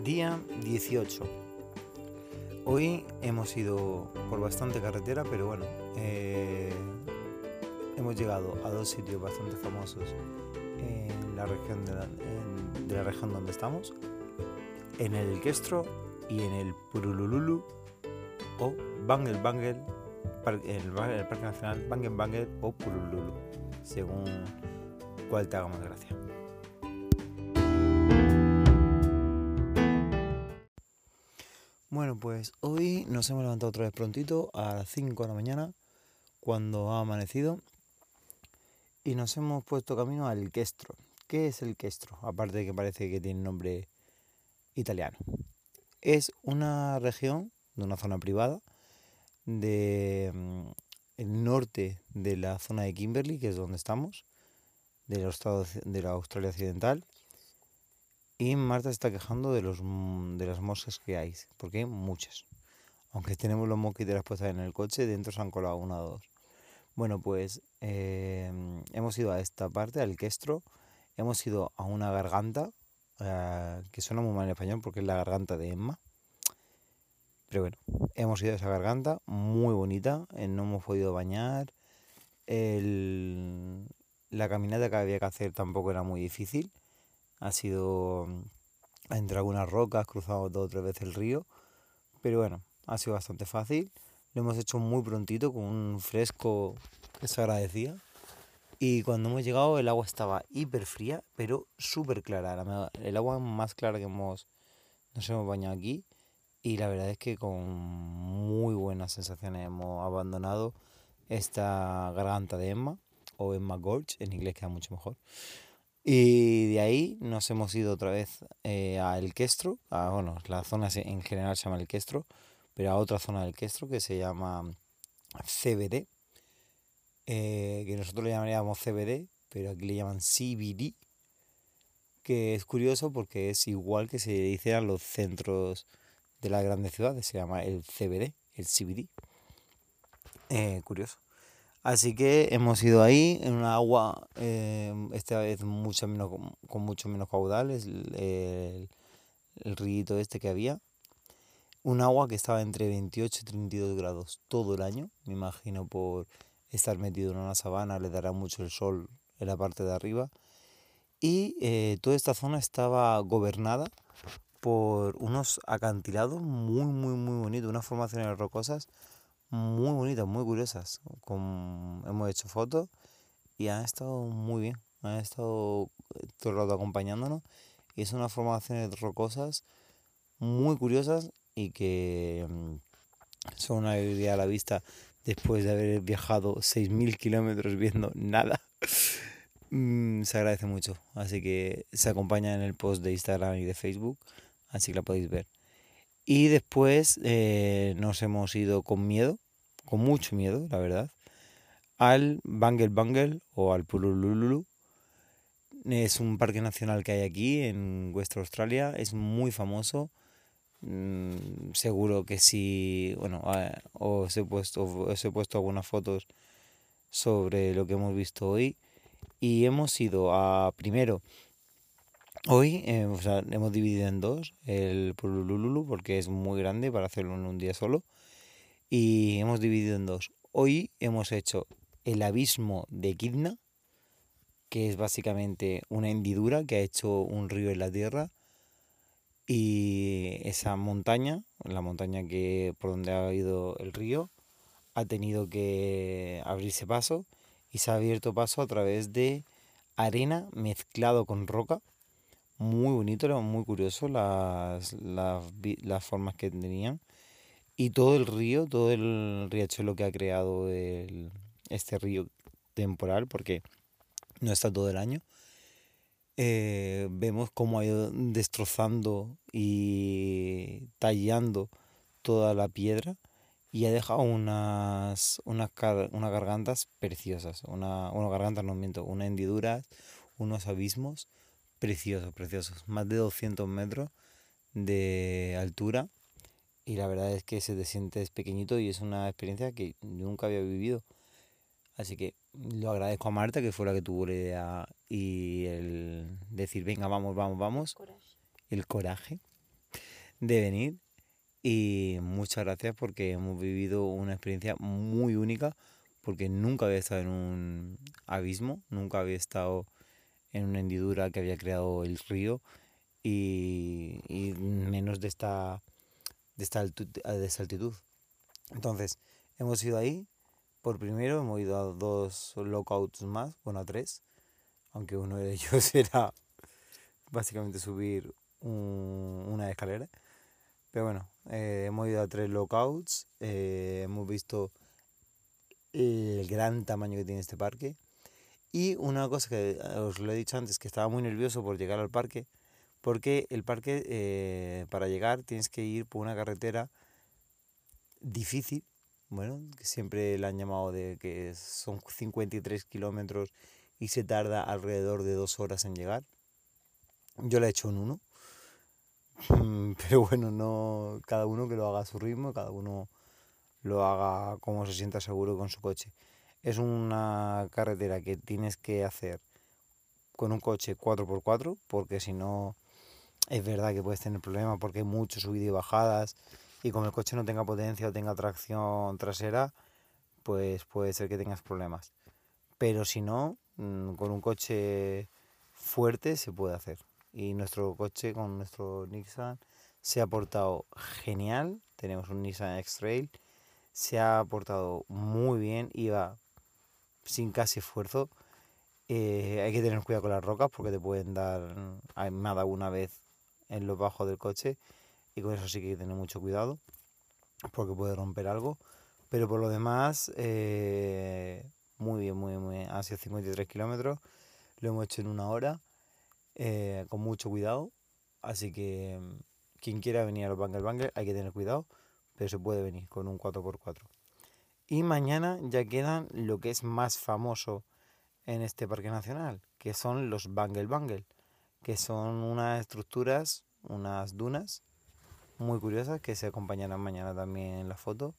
Día 18. Hoy hemos ido por bastante carretera, pero bueno, hemos llegado a dos sitios bastante famosos en la región de la región donde estamos, en el Questro y en el Purulululu o Bangle Bangle, el Parque Nacional Bangle Bangle o Purululu, según cuál te haga más gracia. Bueno, pues hoy nos hemos levantado otra vez prontito a las 5 de la mañana cuando ha amanecido y nos hemos puesto camino al Questro. ¿Qué es el Questro? Aparte de que parece que tiene nombre italiano. Es una región de una zona privada de el norte de la zona de Kimberley, que es donde estamos, de la Australia Occidental. Y Marta se está quejando de las moscas que hay, porque hay muchas. Aunque tenemos los mosquiteras puestas en el coche, dentro se han colado una o dos. Bueno, pues hemos ido a esta parte, al Questro. Hemos ido a una garganta, que suena muy mal en español porque es la garganta de Emma. Pero bueno, hemos ido a esa garganta, muy bonita. No hemos podido bañar. La caminata que había que hacer tampoco era muy difícil. Ha sido entre algunas rocas, cruzamos 2 o 3 veces el río, pero bueno, ha sido bastante fácil. Lo hemos hecho muy prontito, con un fresco que se agradecía. Y cuando hemos llegado el agua estaba hiper fría, pero súper clara. El agua más clara que nos hemos bañado aquí. Y la verdad es que con muy buenas sensaciones hemos abandonado esta garganta de Emma, o Emma Gorge, en inglés queda mucho mejor. Y de ahí nos hemos ido otra vez a El Questro, bueno, la zona en general se llama El Questro, pero a otra zona del Questro que se llama CBD, que nosotros le llamaríamos CBD, pero aquí le llaman CBD, que es curioso porque es igual que se dice a los centros de las grandes ciudades, se llama el CBD, el CBD. Curioso. Así que hemos ido ahí en un agua, esta vez con mucho menos caudal, el río este que había. Un agua que estaba entre 28 y 32 grados todo el año. Me imagino por estar metido en una sabana le dará mucho el sol en la parte de arriba. Y toda esta zona estaba gobernada por unos acantilados muy, muy, muy bonitos, unas formaciones rocosas muy bonitas, muy curiosas. Hemos hecho fotos y han estado muy bien. Han estado todo el rato acompañándonos. Y son unas formaciones rocosas muy curiosas y que son una alegría a la vista después de haber viajado 6.000 kilómetros viendo nada. Se agradece mucho. Así que se acompaña en el post de Instagram y de Facebook. Así que la podéis ver. Y después nos hemos ido con miedo, con mucho miedo, la verdad, al Bangle Bangle o al Purululu. Es un parque nacional que hay aquí en Western Australia, es muy famoso. Seguro que sí, bueno, os he puesto algunas fotos sobre lo que hemos visto hoy. Y hemos ido primero, hoy, o sea, hemos dividido en dos el Purululu porque es muy grande para hacerlo en un día solo. Y hemos dividido en dos. Hoy hemos hecho el abismo de Kidna, que es básicamente una hendidura que ha hecho un río en la tierra. Y esa montaña, la montaña por donde ha ido el río, ha tenido que abrirse paso y se ha abierto paso a través de arena mezclado con roca. Muy bonito, era muy curioso las formas que tenían. Y todo el riachuelo que ha creado este río temporal, porque no está todo el año, vemos cómo ha ido destrozando y tallando toda la piedra y ha dejado unas gargantas preciosas, unas gargantas, no miento, unas hendiduras, unos abismos preciosos, preciosos, más de 200 metros de altura. Y la verdad es que se te sientes pequeñito y es una experiencia que nunca había vivido. Así que lo agradezco a Marta, que fue la que tuvo la idea y el decir, venga, vamos, vamos, vamos. Coraje. El coraje. de venir y muchas gracias porque hemos vivido una experiencia muy única porque nunca había estado en un abismo, nunca había estado en una hendidura que había creado el río y menos de esta altitud. Entonces, hemos ido ahí. Por primero hemos ido a 2 lockouts más, bueno, a 3, aunque uno de ellos era básicamente subir una escalera. Pero bueno, hemos ido a 3 lockouts, hemos visto el gran tamaño que tiene este parque. Y una cosa que os lo he dicho antes, que estaba muy nervioso por llegar al parque, porque el parque para llegar tienes que ir por una carretera difícil, bueno, que siempre la han llamado de que son 53 kilómetros y se tarda alrededor de 2 horas en llegar. Yo la he hecho en 1, pero bueno, no, cada uno que lo haga a su ritmo, cada uno lo haga como se sienta seguro con su coche. Es una carretera que tienes que hacer con un coche 4x4, porque si no es verdad que puedes tener problemas porque hay mucho subidas y bajadas y como el coche no tenga potencia o tenga tracción trasera, pues puede ser que tengas problemas. Pero si no, con un coche fuerte se puede hacer. Y nuestro coche con nuestro Nissan se ha portado genial. Tenemos un Nissan X-Trail. Se ha portado muy bien y va sin casi esfuerzo. Hay que tener cuidado con las rocas porque te pueden dar... Me ha dado una vez en los bajos del coche y con eso sí que hay que tener mucho cuidado porque puede romper algo. Pero por lo demás, muy bien, muy bien, muy bien. Han sido 53 kilómetros, lo hemos hecho en 1 hora, con mucho cuidado. Así que quien quiera venir a los Bangle hay que tener cuidado, pero se puede venir con un 4x4. Y mañana ya quedan lo que es más famoso en este parque nacional, que son los Bangle, que son unas estructuras, unas dunas muy curiosas que se acompañarán mañana también en la foto.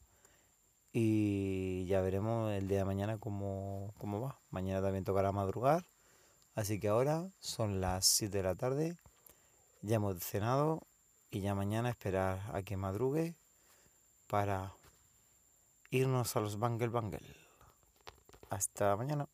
Y ya veremos el día de mañana cómo va. Mañana también tocará madrugar. Así que ahora son las 7 de la tarde. Ya hemos cenado. Y ya mañana esperar a que madrugue para irnos a los Bangle. Hasta mañana.